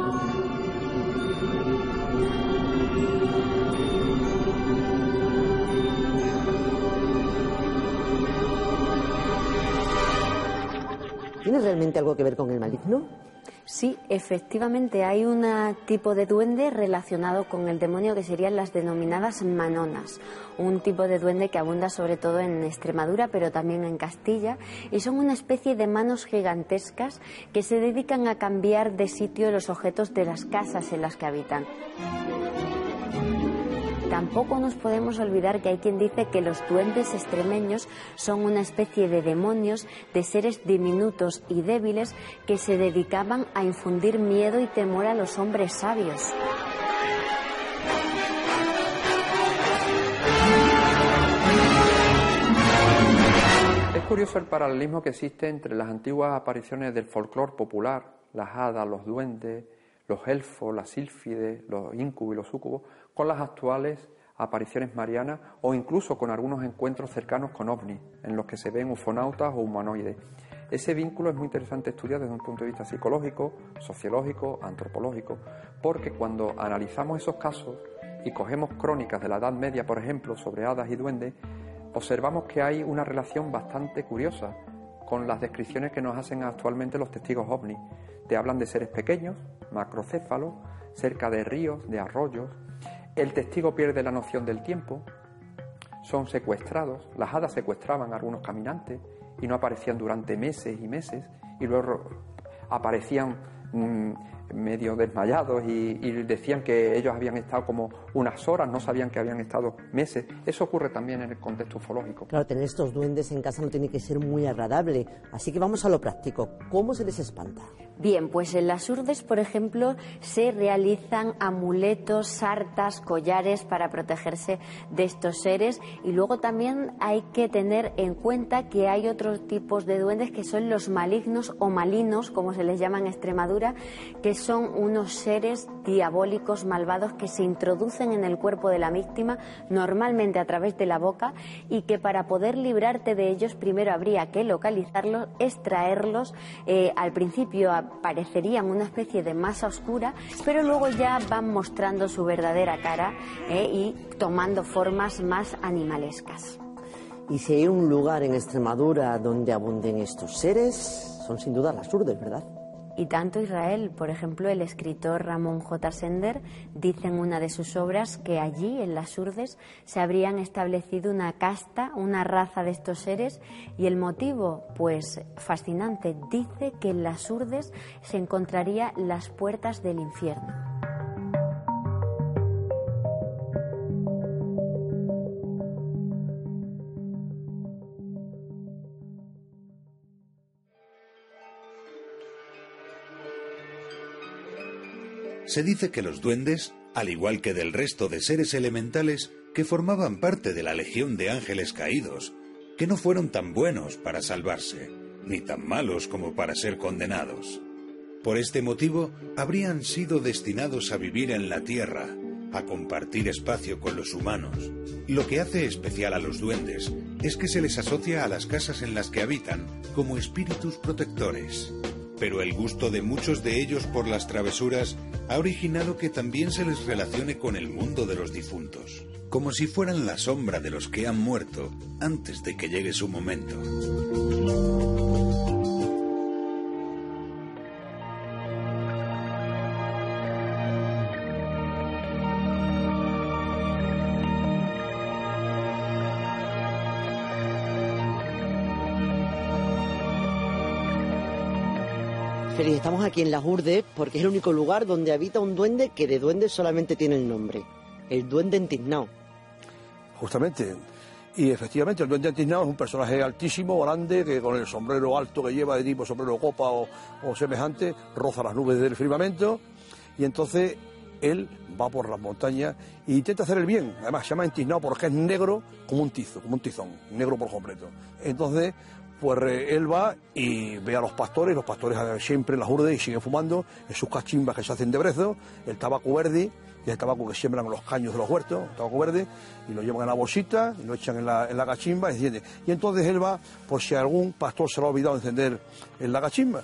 [SPEAKER 2] ¿Tiene realmente algo que ver con el maligno?
[SPEAKER 3] Sí, efectivamente hay un tipo de duende relacionado con el demonio que serían las denominadas manonas, un tipo de duende que abunda sobre todo en Extremadura, pero también en Castilla, y son una especie de manos gigantescas que se dedican a cambiar de sitio los objetos de las casas en las que habitan. Tampoco nos podemos olvidar que hay quien dice que los duendes extremeños son una especie de demonios, de seres diminutos y débiles que se dedicaban a infundir miedo y temor a los hombres sabios.
[SPEAKER 11] Es curioso el paralelismo que existe entre las antiguas apariciones del folclore popular, las hadas, los duendes, los elfos, las sílfides, los íncubos y los súcubos, con las actuales apariciones marianas o incluso con algunos encuentros cercanos con ovnis, en los que se ven ufonautas o humanoides. Ese vínculo es muy interesante estudiar desde un punto de vista psicológico, sociológico, antropológico, porque cuando analizamos esos casos y cogemos crónicas de la Edad Media, por ejemplo, sobre hadas y duendes, observamos que hay una relación bastante curiosa con las descripciones que nos hacen actualmente los testigos ovnis. Te hablan de seres pequeños, macrocéfalos, cerca de ríos, de arroyos. El testigo pierde la noción del tiempo, son secuestrados. Las hadas secuestraban a algunos caminantes y no aparecían durante meses y meses, y luego aparecían medio desmayados y decían que ellos habían estado como unas horas, no sabían que habían estado meses. Eso ocurre también en el contexto ufológico.
[SPEAKER 2] Claro, tener estos duendes en casa no tiene que ser muy agradable, así que vamos a lo práctico. ¿Cómo se les espanta?
[SPEAKER 3] Bien, pues en las urdes, por ejemplo, se realizan amuletos, sartas, collares para protegerse de estos seres, y luego también hay que tener en cuenta que hay otros tipos de duendes que son los malignos o malinos, como se les llama en Extremadura, que son unos seres diabólicos malvados que se introducen en el cuerpo de la víctima, normalmente a través de la boca, y que para poder librarte de ellos primero habría que localizarlos, extraerlos. Al principio parecerían una especie de masa oscura, pero luego ya van mostrando su verdadera cara y tomando formas más animalescas.
[SPEAKER 2] Y si hay un lugar en Extremadura donde abunden estos seres, son sin duda las urdes, ¿verdad?
[SPEAKER 3] Y tanto Israel, por ejemplo, el escritor Ramón J. Sender dice en una de sus obras que allí, en las urdes, se habrían establecido una casta, una raza de estos seres, y el motivo, pues fascinante, dice que en las urdes se encontraría las puertas del infierno.
[SPEAKER 5] Se dice que los duendes, al igual que del resto de seres elementales que formaban parte de la legión de ángeles caídos, que no fueron tan buenos para salvarse, ni tan malos como para ser condenados. Por este motivo, habrían sido destinados a vivir en la tierra, a compartir espacio con los humanos. Lo que hace especial a los duendes es que se les asocia a las casas en las que habitan como espíritus protectores. Pero el gusto de muchos de ellos por las travesuras ha originado que también se les relacione con el mundo de los difuntos, como si fueran la sombra de los que han muerto antes de que llegue su momento.
[SPEAKER 2] Feliz, estamos aquí en Las Hurdes porque es el único lugar donde habita un duende que de duende solamente tiene el nombre, el duende entiznado.
[SPEAKER 8] Justamente. Y efectivamente el duende entiznado es un personaje altísimo, grande, que con el sombrero alto que lleva de tipo sombrero de copa o semejante, roza las nubes del firmamento, y entonces él va por las montañas e intenta hacer el bien. Además se llama entiznado porque es negro como un tizo, como un tizón, negro por completo. Entonces pues él va y ve a los pastores siempre en Las Hurdes y siguen fumando en sus cachimbas que se hacen de brezo, el tabaco verde, que es el tabaco que siembran en los caños de los huertos, el tabaco verde, y lo llevan en la bolsita y lo echan en la cachimba y enciende. Y entonces él va por si algún pastor se lo ha olvidado encender en la cachimba.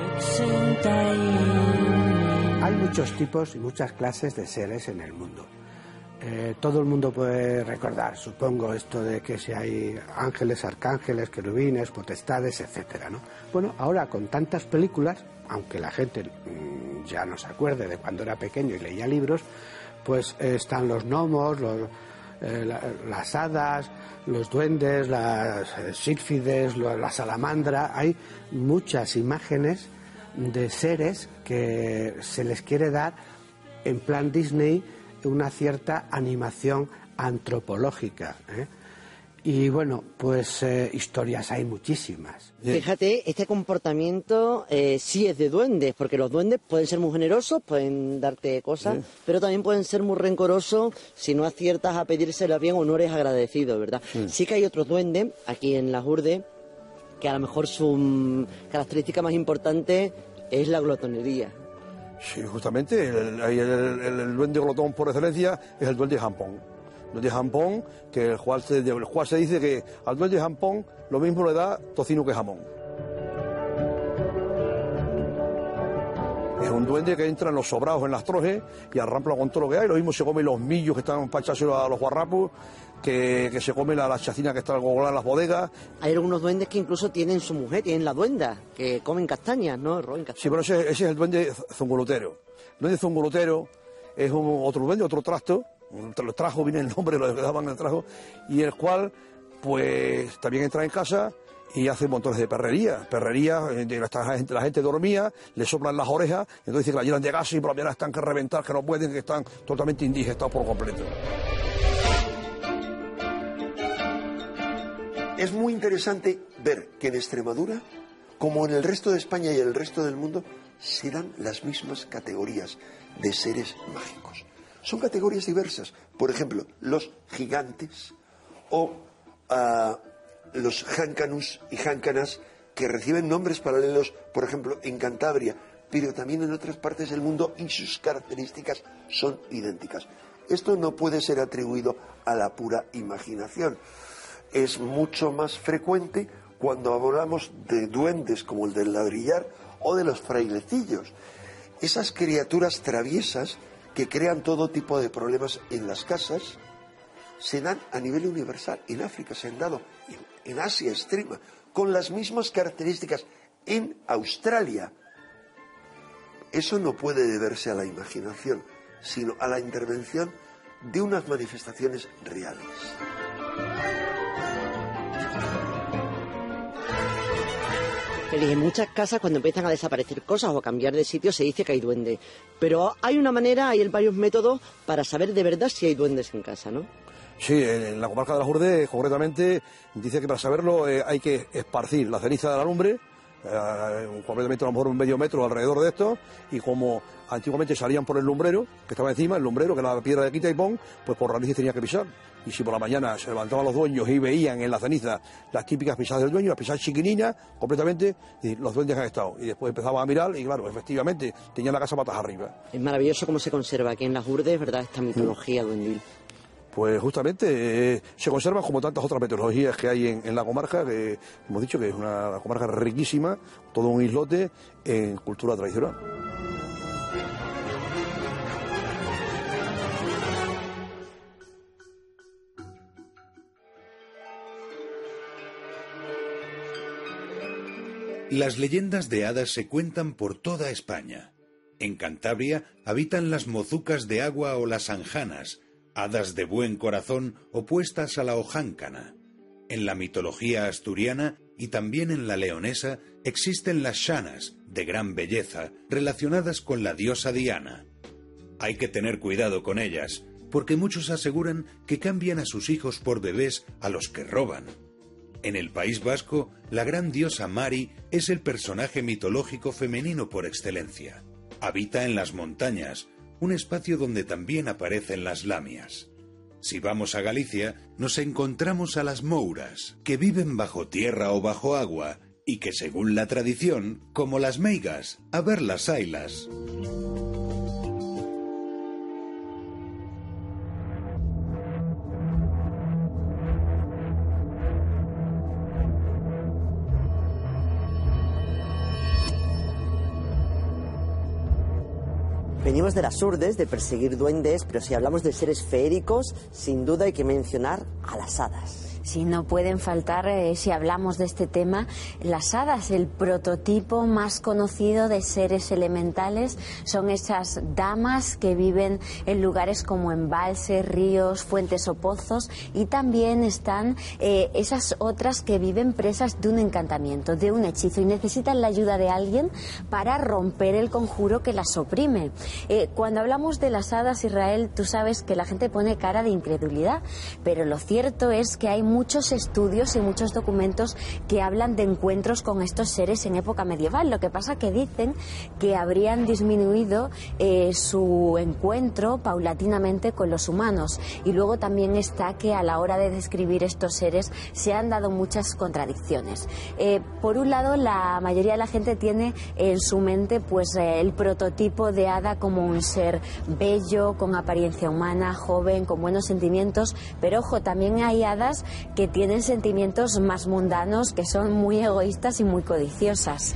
[SPEAKER 10] Hay muchos tipos y muchas clases de seres en el mundo. Todo el mundo puede recordar, supongo, esto de que si hay ángeles, arcángeles, querubines, potestades, etcétera, ¿no? Bueno, ahora con tantas películas, aunque la gente ya no se acuerde de cuando era pequeño y leía libros, pues están los gnomos, las hadas, los duendes, las sílfides, la salamandra. Hay muchas imágenes de seres que se les quiere dar en plan Disney una cierta animación antropológica, ¿eh? Y bueno, pues historias hay muchísimas.
[SPEAKER 2] Fíjate, este comportamiento sí es de duendes, porque los duendes pueden ser muy generosos, pueden darte cosas, pero también pueden ser muy rencorosos si no aciertas a pedírselo bien o no eres agradecido, ¿verdad? Sí que hay otros duendes aquí en Las Hurdes que a lo mejor su característica más importante es la glotonería.
[SPEAKER 8] Sí, justamente, el duende glotón por excelencia es el duende jampón. El duende jampón, del cual se dice que al duende jampón lo mismo le da tocino que jamón. Es un duende que entra en los sobrados, en las trojes, y arrampla con todo lo que hay. Lo mismo se come los millos que están para echarse a los guarrapos, que se come la chacina que está en las bodegas.
[SPEAKER 2] Hay algunos duendes que incluso tienen su mujer, tienen la duenda, que comen castañas, ¿no? Roen castañas.
[SPEAKER 8] Sí, pero ese es el duende zungulutero. El duende zungulutero es otro duende, otro trasto. El trajo, viene el nombre, lo que daban el trajo, y el cual, pues, también entra en casa y hace montones de perrerías, la gente dormía, le soplan las orejas, entonces dice que la llenan de gas y por la mañana están que reventar, que no pueden, que están totalmente indigestados por completo.
[SPEAKER 7] Es muy interesante ver que en Extremadura, como en el resto de España y el resto del mundo, se dan las mismas categorías de seres mágicos. Son categorías diversas. Por ejemplo, los gigantes o los jáncanus y jáncanas, que reciben nombres paralelos, por ejemplo, en Cantabria, pero también en otras partes del mundo, y sus características son idénticas. Esto no puede ser atribuido a la pura imaginación. Es mucho más frecuente cuando hablamos de duendes como el del ladrillar o de los frailecillos. Esas criaturas traviesas que crean todo tipo de problemas en las casas se dan a nivel universal. En África se han dado, en Asia extrema, con las mismas características. En Australia. Eso no puede deberse a la imaginación, sino a la intervención de unas manifestaciones reales.
[SPEAKER 2] Feliz, en muchas casas cuando empiezan a desaparecer cosas o a cambiar de sitio se dice que hay duendes. Pero hay una manera, hay varios métodos para saber de verdad si hay duendes en casa, ¿no?
[SPEAKER 8] Sí, en la comarca de Las Hurdes, concretamente, dice que para saberlo hay que esparcir la ceniza de la lumbre, completamente a lo mejor un medio metro alrededor de esto, y como antiguamente salían por el lumbrero, que estaba encima, el lumbrero, que era la piedra de quita y pon, pues por raíces tenía que pisar. Y si por la mañana se levantaban los dueños y veían en la ceniza las típicas pisadas del dueño, las pisadas chiquininas, completamente, y los duendes han estado. Y después empezaban a mirar y claro, efectivamente, tenían la casa patas arriba.
[SPEAKER 2] Es maravilloso cómo se conserva aquí en Las Hurdes, ¿verdad?, esta mitología duendil.
[SPEAKER 8] Pues justamente se conservan como tantas otras metodologías que hay en la comarca, que hemos dicho que es una comarca riquísima, todo un islote en cultura tradicional.
[SPEAKER 4] Las leyendas de hadas se cuentan por toda España. En Cantabria habitan las mozucas de agua o las anjanas, hadas de buen corazón opuestas a la ojáncana. En la mitología asturiana y también en la leonesa existen las shanas,
[SPEAKER 5] de gran belleza, relacionadas con la diosa Diana. Hay que tener cuidado con ellas, porque muchos aseguran que cambian a sus hijos por bebés a los que roban. En el País Vasco, la gran diosa Mari es el personaje mitológico femenino por excelencia. Habita en las montañas, un espacio donde también aparecen las lamias. Si vamos a Galicia, nos encontramos a las mouras, que viven bajo tierra o bajo agua, y que según la tradición, como las meigas, a ver las ailas.
[SPEAKER 2] Venimos de las urdes, de perseguir duendes, pero si hablamos de seres feéricos, sin duda hay que mencionar a las hadas.
[SPEAKER 3] Sí, no pueden faltar, si hablamos de este tema, las hadas. El prototipo más conocido de seres elementales son esas damas que viven en lugares como embalses, ríos, fuentes o pozos, y también están esas otras que viven presas de un encantamiento, de un hechizo, y necesitan la ayuda de alguien para romper el conjuro que las oprime. Cuando hablamos de las hadas, Israel, tú sabes que la gente pone cara de incredulidad, pero lo cierto es que hay muchos estudios y muchos documentos que hablan de encuentros con estos seres en época medieval. Lo que pasa que dicen que habrían disminuido su encuentro paulatinamente con los humanos, y luego también está que a la hora de describir estos seres se han dado muchas contradicciones. Por un lado, la mayoría de la gente tiene en su mente pues el prototipo de hada como un ser bello, con apariencia humana, joven, con buenos sentimientos, pero ojo, también hay hadas que tienen sentimientos más mundanos, que son muy egoístas y muy codiciosas.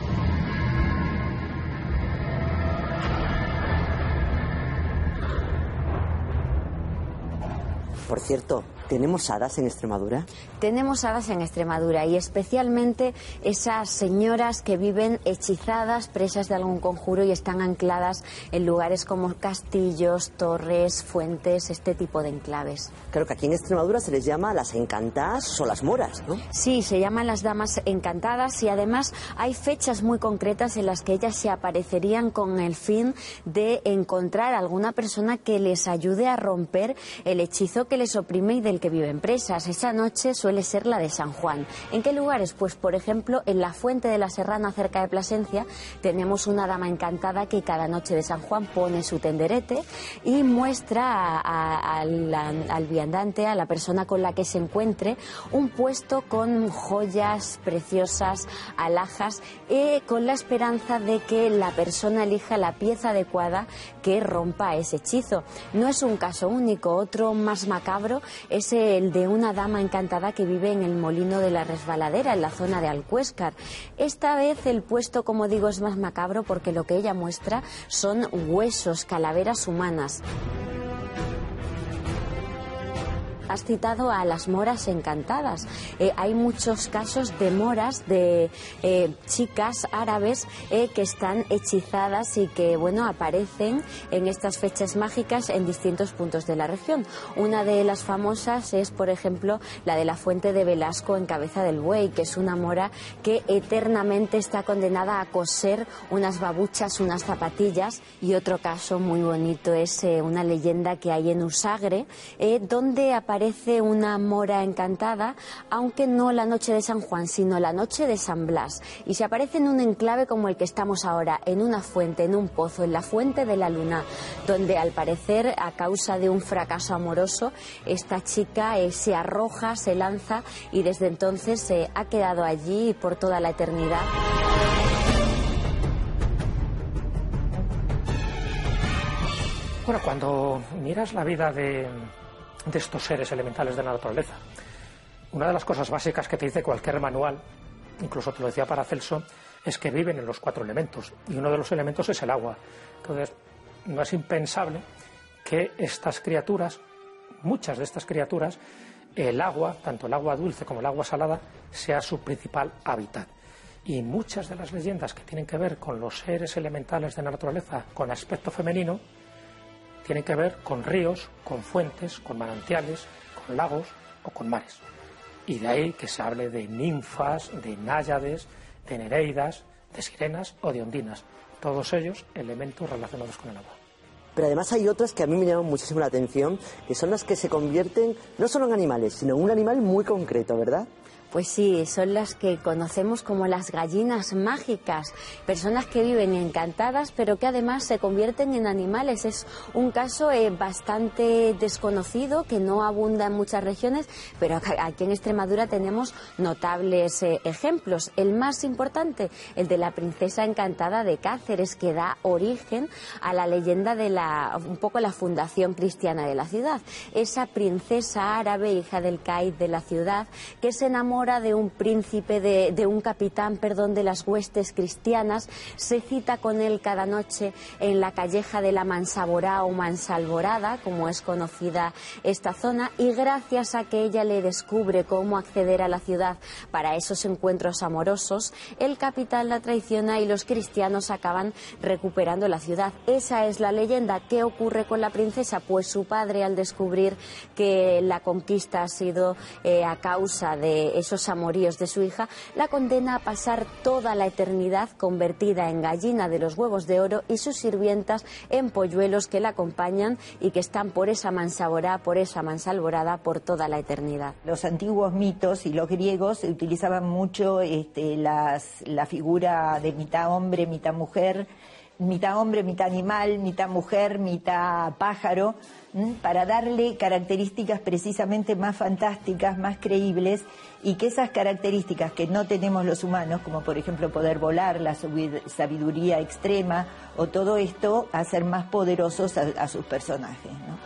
[SPEAKER 2] Por cierto, ¿tenemos hadas en Extremadura?
[SPEAKER 3] Tenemos hadas en Extremadura, y especialmente esas señoras que viven hechizadas, presas de algún conjuro, y están ancladas en lugares como castillos, torres, fuentes, este tipo de enclaves.
[SPEAKER 2] Creo que aquí en Extremadura se les llama las encantadas o las moras, ¿no?
[SPEAKER 3] Sí, se llaman las damas encantadas, y además hay fechas muy concretas en las que ellas se aparecerían con el fin de encontrar a alguna persona que les ayude a romper el hechizo que les oprime y del que viven presas. Esa noche suele ser la de San Juan. ¿En qué lugares? Pues por ejemplo en la Fuente de la Serrana, cerca de Plasencia, tenemos una dama encantada que cada noche de San Juan pone su tenderete y muestra al viandante, a la persona con la que se encuentre, un puesto con joyas preciosas, alhajas, con la esperanza de que la persona elija la pieza adecuada que rompa ese hechizo. No es un caso único. Otro más macabro es el de una dama encantada que vive en el Molino de la Resbaladera, en la zona de Alcuéscar. Esta vez el puesto, como digo, es más macabro porque lo que ella muestra son huesos, calaveras humanas. Has citado a las moras encantadas. Hay muchos casos de moras, de chicas árabes que están hechizadas y que, bueno, aparecen en estas fechas mágicas en distintos puntos de la región. Una de las famosas es, por ejemplo, la de la Fuente de Velasco en Cabeza del Buey, que es una mora que eternamente está condenada a coser unas babuchas, unas zapatillas. Y otro caso muy bonito es una leyenda que hay en Usagre, donde aparece una mora encantada, aunque no la noche de San Juan, sino la noche de San Blas, y se aparece en un enclave como el que estamos ahora, en una fuente, en un pozo, en la Fuente de la Luna, donde al parecer, a causa de un fracaso amoroso, esta chica se arroja, se lanza, y desde entonces se ha quedado allí por toda la eternidad.
[SPEAKER 12] Bueno, cuando miras la vida de estos seres elementales de la naturaleza, una de las cosas básicas que te dice cualquier manual, incluso te lo decía Paracelso, es que viven en los 4 elementos, y uno de los elementos es el agua. Entonces, no es impensable que estas criaturas, muchas de estas criaturas, el agua, tanto el agua dulce como el agua salada, sea su principal hábitat. Y muchas de las leyendas que tienen que ver con los seres elementales de la naturaleza con aspecto femenino tienen que ver con ríos, con fuentes, con manantiales, con lagos o con mares. Y de ahí que se hable de ninfas, de náyades, de nereidas, de sirenas o de ondinas. Todos ellos elementos relacionados con el agua.
[SPEAKER 2] Pero además hay otras que a mí me llaman muchísimo la atención, que son las que se convierten no solo en animales, sino en un animal muy concreto, ¿verdad?
[SPEAKER 3] Pues sí, son las que conocemos como las gallinas mágicas, personas que viven encantadas pero que además se convierten en animales. Es un caso bastante desconocido que no abunda en muchas regiones, pero aquí en Extremadura tenemos notables ejemplos. El más importante, el de la princesa encantada de Cáceres, que da origen a la leyenda de un poco la fundación cristiana de la ciudad. Esa princesa árabe, hija del caid de la ciudad, que se enamora de un príncipe, de un capitán, de las huestes cristianas, se cita con él cada noche en la calleja de la Mansaborá o Mansalvorada, como es conocida esta zona, y gracias a que ella le descubre cómo acceder a la ciudad para esos encuentros amorosos, el capitán la traiciona y los cristianos acaban recuperando la ciudad. Esa es la leyenda. ¿Qué ocurre con la princesa? Pues su padre, al descubrir que la conquista ha sido a causa de esos amoríos de su hija, la condena a pasar toda la eternidad convertida en gallina de los huevos de oro y sus sirvientas en polluelos que la acompañan y que están por esa Mansaborá, por esa Mansalvorada, por toda la eternidad.
[SPEAKER 13] Los antiguos mitos y los griegos utilizaban mucho la figura de mitad hombre, mitad mujer, mitad hombre, mitad animal, mitad mujer, mitad pájaro, para darle características precisamente más fantásticas, más creíbles, y que esas características que no tenemos los humanos, como por ejemplo poder volar, la sabiduría extrema o todo esto, hacer más poderosos a sus personajes, ¿no?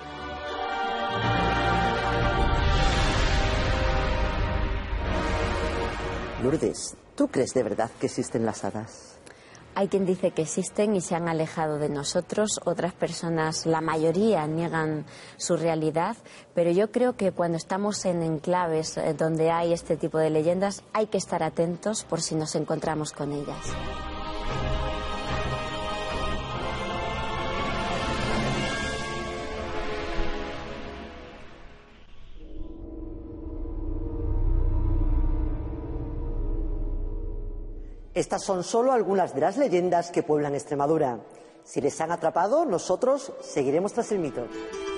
[SPEAKER 2] Lourdes, ¿tú crees de verdad que existen las hadas?
[SPEAKER 3] Hay quien dice que existen y se han alejado de nosotros, otras personas, la mayoría, niegan su realidad, pero yo creo que cuando estamos en enclaves donde hay este tipo de leyendas hay que estar atentos por si nos encontramos con ellas.
[SPEAKER 2] Estas son solo algunas de las leyendas que pueblan Extremadura. Si les han atrapado, nosotros seguiremos tras el mito.